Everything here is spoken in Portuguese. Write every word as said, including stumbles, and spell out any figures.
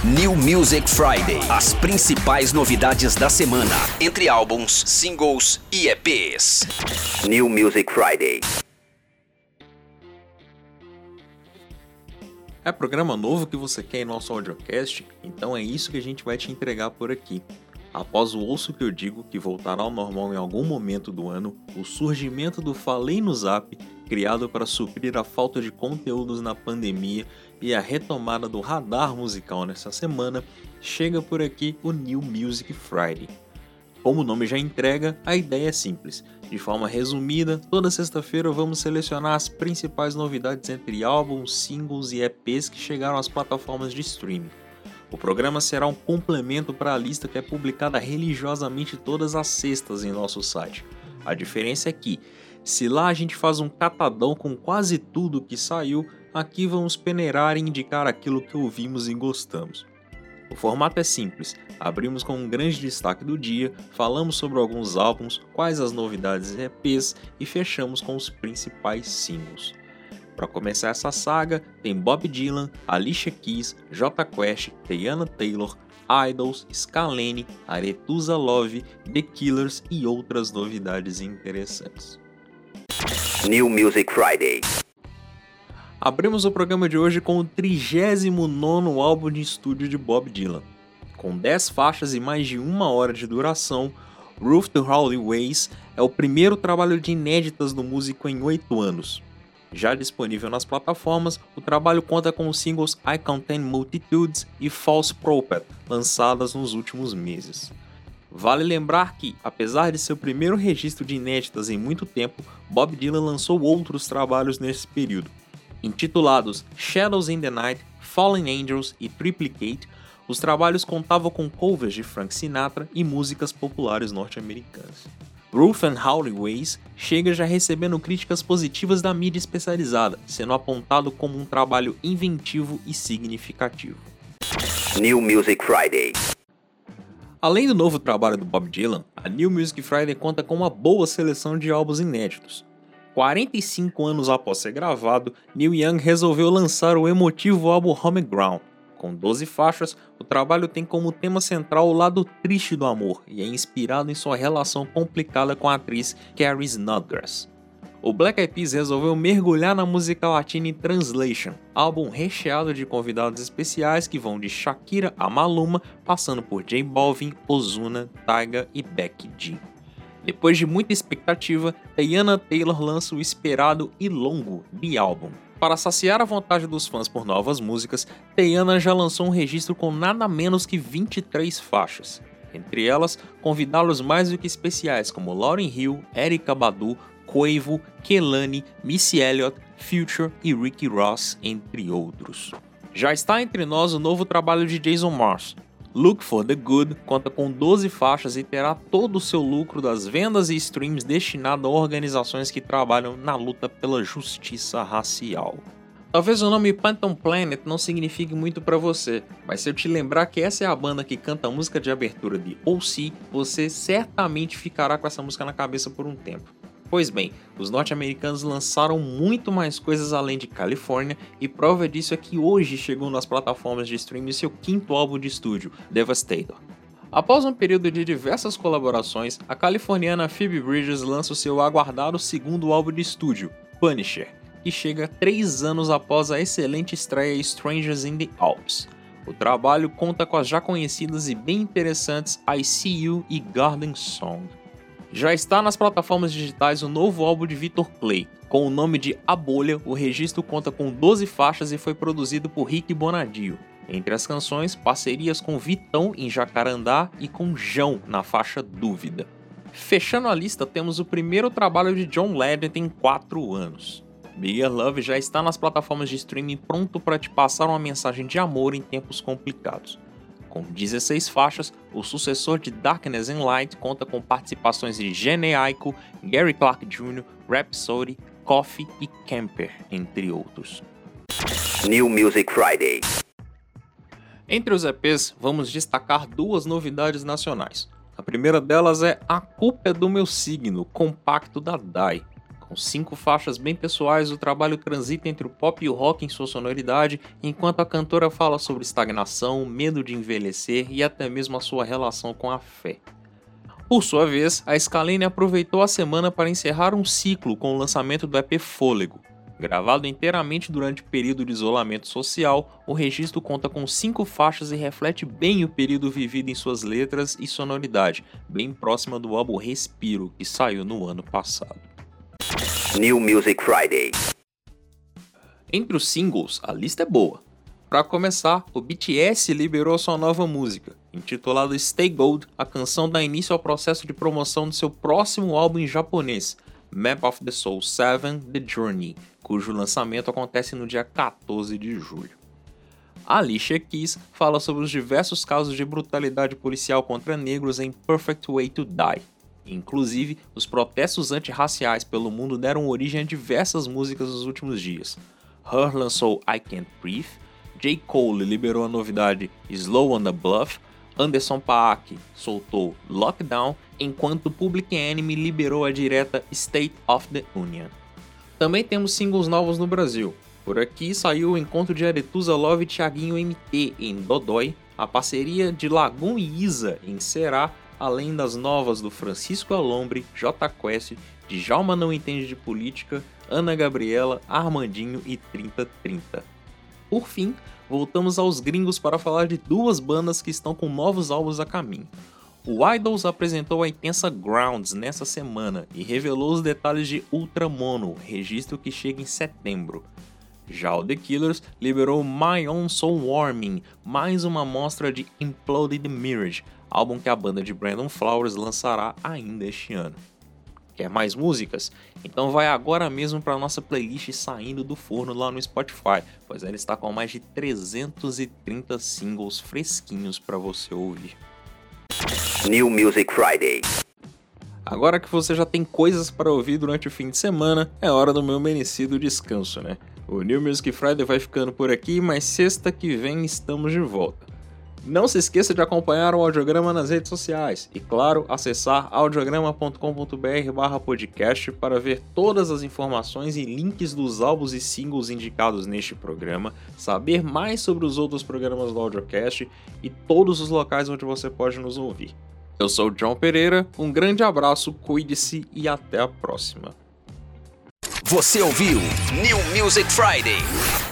New Music Friday. As principais novidades da semana, entre álbuns, singles e E Ps. New Music Friday. É programa novo que você quer em nosso audiocast? Então é isso que a gente vai te entregar por aqui. Após o Ouço Que Eu Digo, que voltará ao normal em algum momento do ano, o surgimento do Falei no Zap, criado para suprir a falta de conteúdos na pandemia, e a retomada do radar musical nessa semana, chega por aqui o New Music Friday. Como o nome já entrega, a ideia é simples. De forma resumida, toda sexta-feira vamos selecionar as principais novidades entre álbuns, singles e E Ps que chegaram às plataformas de streaming. O programa será um complemento para a lista que é publicada religiosamente todas as sextas em nosso site. A diferença é que, se lá a gente faz um catadão com quase tudo que saiu, aqui vamos peneirar e indicar aquilo que ouvimos e gostamos. O formato é simples, abrimos com um grande destaque do dia, falamos sobre alguns álbuns, quais as novidades e E Ps e fechamos com os principais singles. Para começar essa saga, tem Bob Dylan, Alicia Keys, Jota Quest, Teyana Taylor, Idols, Scalene, Arethusa Love, The Killers e outras novidades interessantes. New Music Friday. Abrimos o programa de hoje com o trigésimo nono álbum de estúdio de Bob Dylan. Com dez faixas e mais de uma hora de duração, Roof the Howling Ways é o primeiro trabalho de inéditas do músico em oito anos. Já disponível nas plataformas, o trabalho conta com os singles I Contain Multitudes e False Prophet, lançadas nos últimos meses. Vale lembrar que, apesar de ser o primeiro registro de inéditas em muito tempo, Bob Dylan lançou outros trabalhos nesse período. Intitulados Shadows in the Night, Fallen Angels e Triplicate, os trabalhos contavam com covers de Frank Sinatra e músicas populares norte-americanas. Roof and Howling Ways chega já recebendo críticas positivas da mídia especializada, sendo apontado como um trabalho inventivo e significativo. New Music Friday. Além do novo trabalho do Bob Dylan, a New Music Friday conta com uma boa seleção de álbuns inéditos. quarenta e cinco anos após ser gravado, Neil Young resolveu lançar o emotivo álbum Home Ground. Com doze faixas, o trabalho tem como tema central o lado triste do amor e é inspirado em sua relação complicada com a atriz Carrie Snodgrass. O Black Eyed Peas resolveu mergulhar na música latina em Translation, álbum recheado de convidados especiais que vão de Shakira a Maluma, passando por J Balvin, Ozuna, Tyga e Becky G. Depois de muita expectativa, Teyana Taylor lança o esperado e longo The Album. Para saciar a vontade dos fãs por novas músicas, Teyana já lançou um registro com nada menos que vinte e três faixas. Entre elas, convidados mais do que especiais como Lauryn Hill, Erykah Badu, Quavo, Kehlani, Missy Elliott, Future e Ricky Ross, entre outros. Já está entre nós o novo trabalho de Jason Mars. Look for the Good conta com doze faixas e terá todo o seu lucro das vendas e streams destinado a organizações que trabalham na luta pela justiça racial. Talvez o nome Phantom Planet não signifique muito pra você, mas se eu te lembrar que essa é a banda que canta a música de abertura de O C, você certamente ficará com essa música na cabeça por um tempo. Pois bem, os norte-americanos lançaram muito mais coisas além de California e prova disso é que hoje chegou nas plataformas de streaming seu quinto álbum de estúdio, Devastator. Após um período de diversas colaborações, a californiana Phoebe Bridgers lança o seu aguardado segundo álbum de estúdio, Punisher, que chega três anos após a excelente estreia Strangers in the Alps. O trabalho conta com as já conhecidas e bem interessantes I See You e Garden Song. Já está nas plataformas digitais o novo álbum de Victor Clay. Com o nome de A Bolha, o registro conta com doze faixas e foi produzido por Rick Bonadio. Entre as canções, parcerias com Vitão em Jacarandá e com Jão na faixa Dúvida. Fechando a lista, temos o primeiro trabalho de John Legend em quatro anos. Bigger Love já está nas plataformas de streaming pronto para te passar uma mensagem de amor em tempos complicados. Com dezesseis faixas, o sucessor de Darkness and Light conta com participações de Jhené Aiko, Gary Clark Júnior, Rhapsody, Coffee e Camper, entre outros. New Music Friday. Entre os E Ps, vamos destacar duas novidades nacionais. A primeira delas é A Culpa é do Meu Signo, compacto da D A I. Com cinco faixas bem pessoais, o trabalho transita entre o pop e o rock em sua sonoridade, enquanto a cantora fala sobre estagnação, medo de envelhecer e até mesmo a sua relação com a fé. Por sua vez, a Scalene aproveitou a semana para encerrar um ciclo com o lançamento do E P Fôlego. Gravado inteiramente durante o período de isolamento social, o registro conta com cinco faixas e reflete bem o período vivido em suas letras e sonoridade, bem próxima do álbum Respiro, que saiu no ano passado. New Music Friday. Entre os singles, a lista é boa. Para começar, o B T S liberou sua nova música, intitulada Stay Gold. A canção dá início ao processo de promoção do seu próximo álbum em japonês, Map of the Soul sete The Journey, cujo lançamento acontece no dia quatorze de julho. A Alicia Keys fala sobre os diversos casos de brutalidade policial contra negros em Perfect Way to Die. Inclusive, os protestos antirraciais pelo mundo deram origem a diversas músicas nos últimos dias. Her lançou I Can't Breathe, J. Cole liberou a novidade Slow on the Bluff, Anderson Paak soltou Lockdown, enquanto Public Enemy liberou a direta State of the Union. Também temos singles novos no Brasil. Por aqui saiu o encontro de Aretusa Love e Thiaguinho M T em Dodói, a parceria de Lagoon e Isa em Será, além das novas do Francisco Alombre, J Quest, Djalma Não Entende de Política, Ana Gabriela, Armandinho e trinta trinta. Por fim, voltamos aos gringos para falar de duas bandas que estão com novos álbuns a caminho. O Idols apresentou a intensa Grounds nessa semana e revelou os detalhes de Ultra Mono, registro que chega em setembro. Já o The Killers liberou My Own Soul Warming, mais uma amostra de Imploded Mirage, álbum que a banda de Brandon Flowers lançará ainda este ano. Quer mais músicas? Então vai agora mesmo para nossa playlist saindo do forno lá no Spotify, pois ela está com mais de trezentos e trinta singles fresquinhos para você ouvir. New Music Friday. Agora que você já tem coisas para ouvir durante o fim de semana, é hora do meu merecido descanso, né? O New Music Friday vai ficando por aqui, mas sexta que vem estamos de volta. Não se esqueça de acompanhar o Audiograma nas redes sociais e, claro, acessar audiograma ponto com ponto br barra podcast para ver todas as informações e links dos álbuns e singles indicados neste programa, saber mais sobre os outros programas do Audiocast e todos os locais onde você pode nos ouvir. Eu sou o John Pereira, um grande abraço, cuide-se e até a próxima. Você ouviu New Music Friday.